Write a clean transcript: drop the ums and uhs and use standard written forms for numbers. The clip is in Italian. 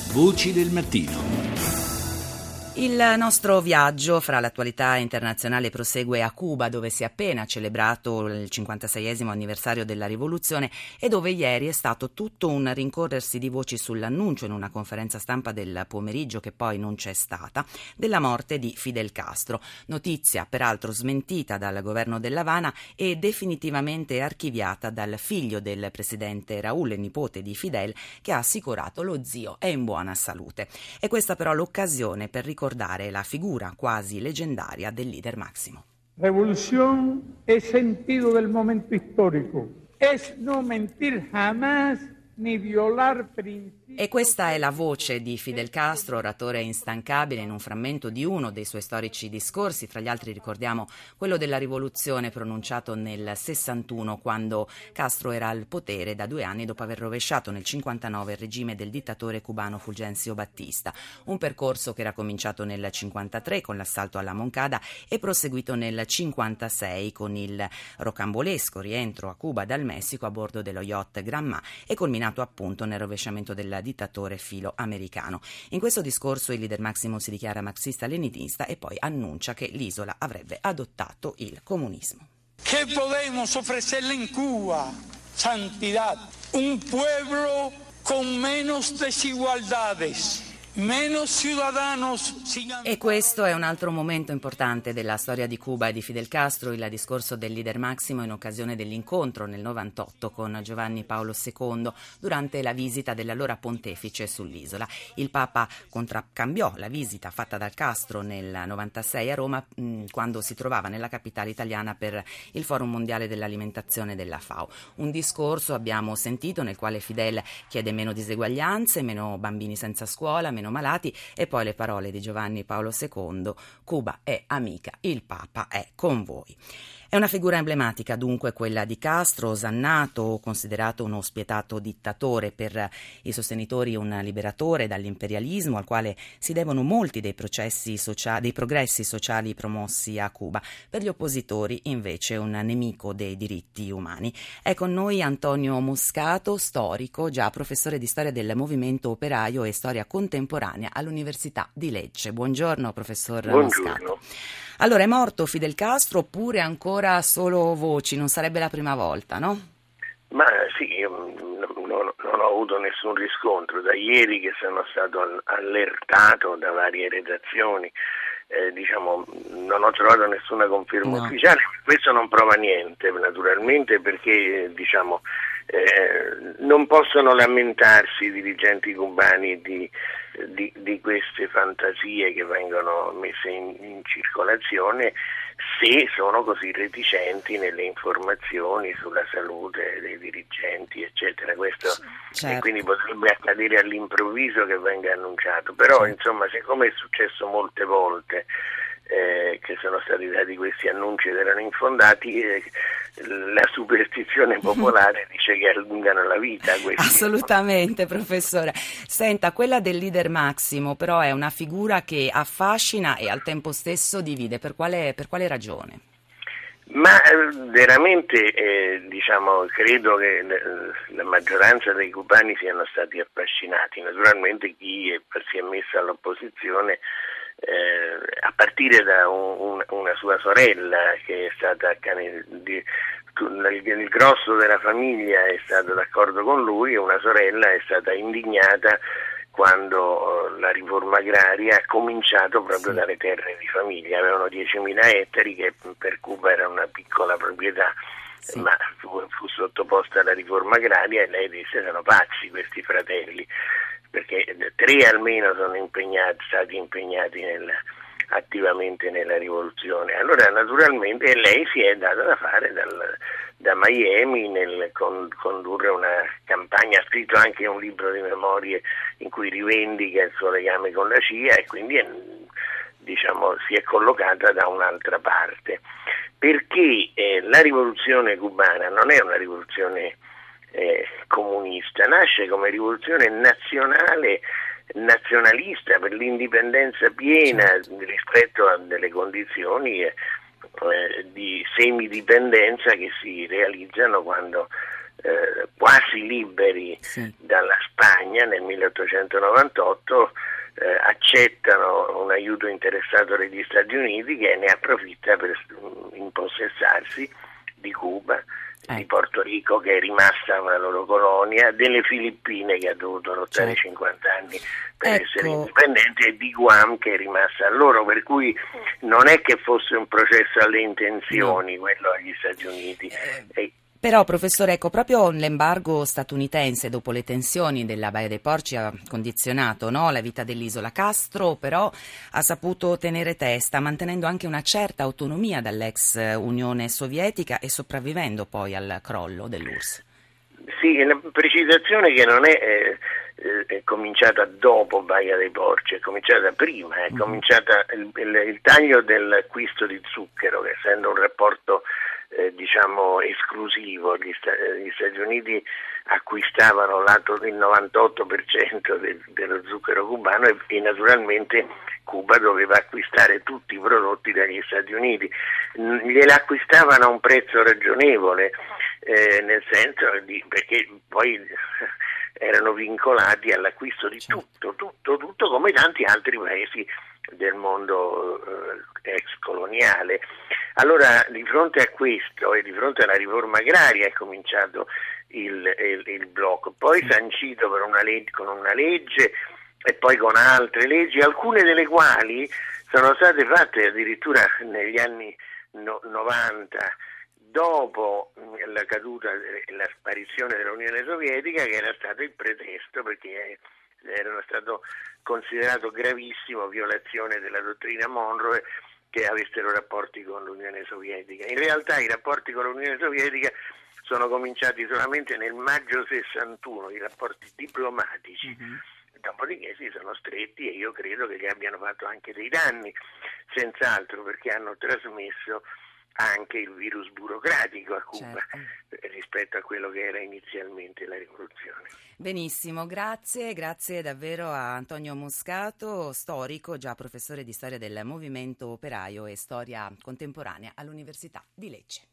Voci del mattino. Il nostro viaggio fra l'attualità internazionale prosegue a Cuba, dove si è appena celebrato il 56esimo anniversario della rivoluzione e dove ieri è stato tutto un rincorrersi di voci sull'annuncio in una conferenza stampa del pomeriggio, che poi non c'è stata, della morte di Fidel Castro. Notizia peraltro smentita dal governo dell'Havana e definitivamente archiviata dal figlio del presidente Raúl, nipote di Fidel, che ha assicurato lo zio è in buona salute. È questa però l'occasione per ricordare la figura quasi leggendaria del leader Máximo. Revolución es sentido del momento histórico, es no mentir jamás ni violar principios. E questa è la voce di Fidel Castro, oratore instancabile in un frammento di uno dei suoi storici discorsi. Fra gli altri ricordiamo quello della rivoluzione pronunciato nel 61, quando Castro era al potere da 2 anni dopo aver rovesciato nel 59 il regime del dittatore cubano Fulgencio Batista. Un percorso che era cominciato nel 53 con l'assalto alla Moncada e proseguito nel 56 con il rocambolesco rientro a Cuba dal Messico a bordo dello yacht Granma e culminato appunto nel rovesciamento del dittatore filo americano. In questo discorso il leader Máximo si dichiara marxista-leninista e poi annuncia che l'isola avrebbe adottato il comunismo. ¿Qué podemos ofrecerle en Cuba? Santidad. Un pueblo con menos desigualdades. E questo è un altro momento importante della storia di Cuba e di Fidel Castro, il discorso del leader Máximo in occasione dell'incontro nel 98 con Giovanni Paolo II durante la visita dell'allora pontefice sull'isola. Il Papa contraccambiò la visita fatta dal Castro nel 96 a Roma quando si trovava nella capitale italiana per il Forum Mondiale dell'Alimentazione della FAO. Un discorso, abbiamo sentito, nel quale Fidel chiede meno diseguaglianze, meno bambini senza scuola, meno malati, e poi le parole di Giovanni Paolo II: Cuba è amica, il Papa è con voi. È una figura emblematica dunque quella di Castro, osannato, considerato uno spietato dittatore, per i sostenitori un liberatore dall'imperialismo al quale si devono molti dei progressi sociali promossi a Cuba. Per gli oppositori invece un nemico dei diritti umani. È con noi Antonio Moscato, storico, già professore di storia del movimento operaio e storia contemporanea all'Università di Lecce. Buongiorno professor Moscato. Allora, è morto Fidel Castro oppure ancora solo voci? Non sarebbe la prima volta, no? Ma sì, io non ho avuto nessun riscontro. Da ieri che sono stato allertato da varie redazioni, non ho trovato nessuna conferma ufficiale. Questo non prova niente, naturalmente, perché non possono lamentarsi i dirigenti cubani di queste fantasie che vengono messe in circolazione, se sono così reticenti nelle informazioni sulla salute dei dirigenti, eccetera. Questo certo. E quindi potrebbe accadere all'improvviso che venga annunciato, però insomma, siccome è successo molte volte che sono stati dati questi annunci ed erano infondati, la superstizione popolare dice che allungano la vita. Assolutamente, professore. Senta, quella del leader Máximo però è una figura che affascina e al tempo stesso divide. Per quale ragione? Ma veramente credo che la maggioranza dei cubani siano stati affascinati. Naturalmente chi si è messo all'opposizione, a partire da una sua sorella che è stata il grosso della famiglia è stato d'accordo con lui, e una sorella è stata indignata quando la riforma agraria ha cominciato proprio dalle terre di famiglia. Avevano 10.000 ettari, che per Cuba era una piccola proprietà, ma fu sottoposta alla riforma agraria e lei disse: sono pazzi questi fratelli, perché 3 almeno sono stati impegnati attivamente nella rivoluzione. Allora naturalmente lei si è data da fare da Miami nel condurre una campagna. Ha scritto anche un libro di memorie in cui rivendica il suo legame con la CIA, e quindi si è collocata da un'altra parte, perché la rivoluzione cubana non è una rivoluzione comunista, nasce come rivoluzione nazionalista per l'indipendenza piena rispetto a delle condizioni di semidipendenza che si realizzano quando quasi liberi dalla Spagna nel 1898, accettano un aiuto interessato degli Stati Uniti, che ne approfitta per impossessarsi di Cuba, di Porto Rico, che è rimasta una loro colonia, delle Filippine, che ha dovuto lottare 50 anni per essere indipendente, e di Guam, che è rimasta a loro, per cui non è che fosse un processo alle intenzioni quello agli Stati Uniti. Però, professore, ecco, proprio l'embargo statunitense dopo le tensioni della Baia dei Porci ha condizionato, no, la vita dell'isola. Castro però ha saputo tenere testa, mantenendo anche una certa autonomia dall'ex Unione Sovietica e sopravvivendo poi al crollo dell'URSS. Sì, la precisazione che non è cominciata dopo Baia dei Porci, è cominciata prima, è cominciata il taglio dell'acquisto di zucchero, che essendo un rapporto diciamo esclusivo, gli Stati Uniti acquistavano il 98% dello zucchero cubano e naturalmente Cuba doveva acquistare tutti i prodotti dagli Stati Uniti. Gliela acquistavano a un prezzo ragionevole, nel senso perché poi erano vincolati all'acquisto di tutto come tanti altri paesi del mondo ex coloniale. Allora, di fronte a questo e di fronte alla riforma agraria è cominciato il blocco, poi sancito con una legge e poi con altre leggi, alcune delle quali sono state fatte addirittura negli anni 90, dopo la caduta e la sparizione dell'Unione Sovietica, che era stato il pretesto perché era stato considerato gravissimo, violazione della dottrina Monroe, che avessero rapporti con l'Unione Sovietica. In realtà i rapporti con l'Unione Sovietica sono cominciati solamente nel maggio 61, i rapporti diplomatici. Dopodiché si sono stretti e io credo che gli abbiano fatto anche dei danni, senz'altro, perché hanno trasmesso anche il virus burocratico a Cuba rispetto a quello che era inizialmente la rivoluzione. Benissimo, grazie davvero a Antonio Moscato, storico, già professore di storia del movimento operaio e storia contemporanea all'Università di Lecce.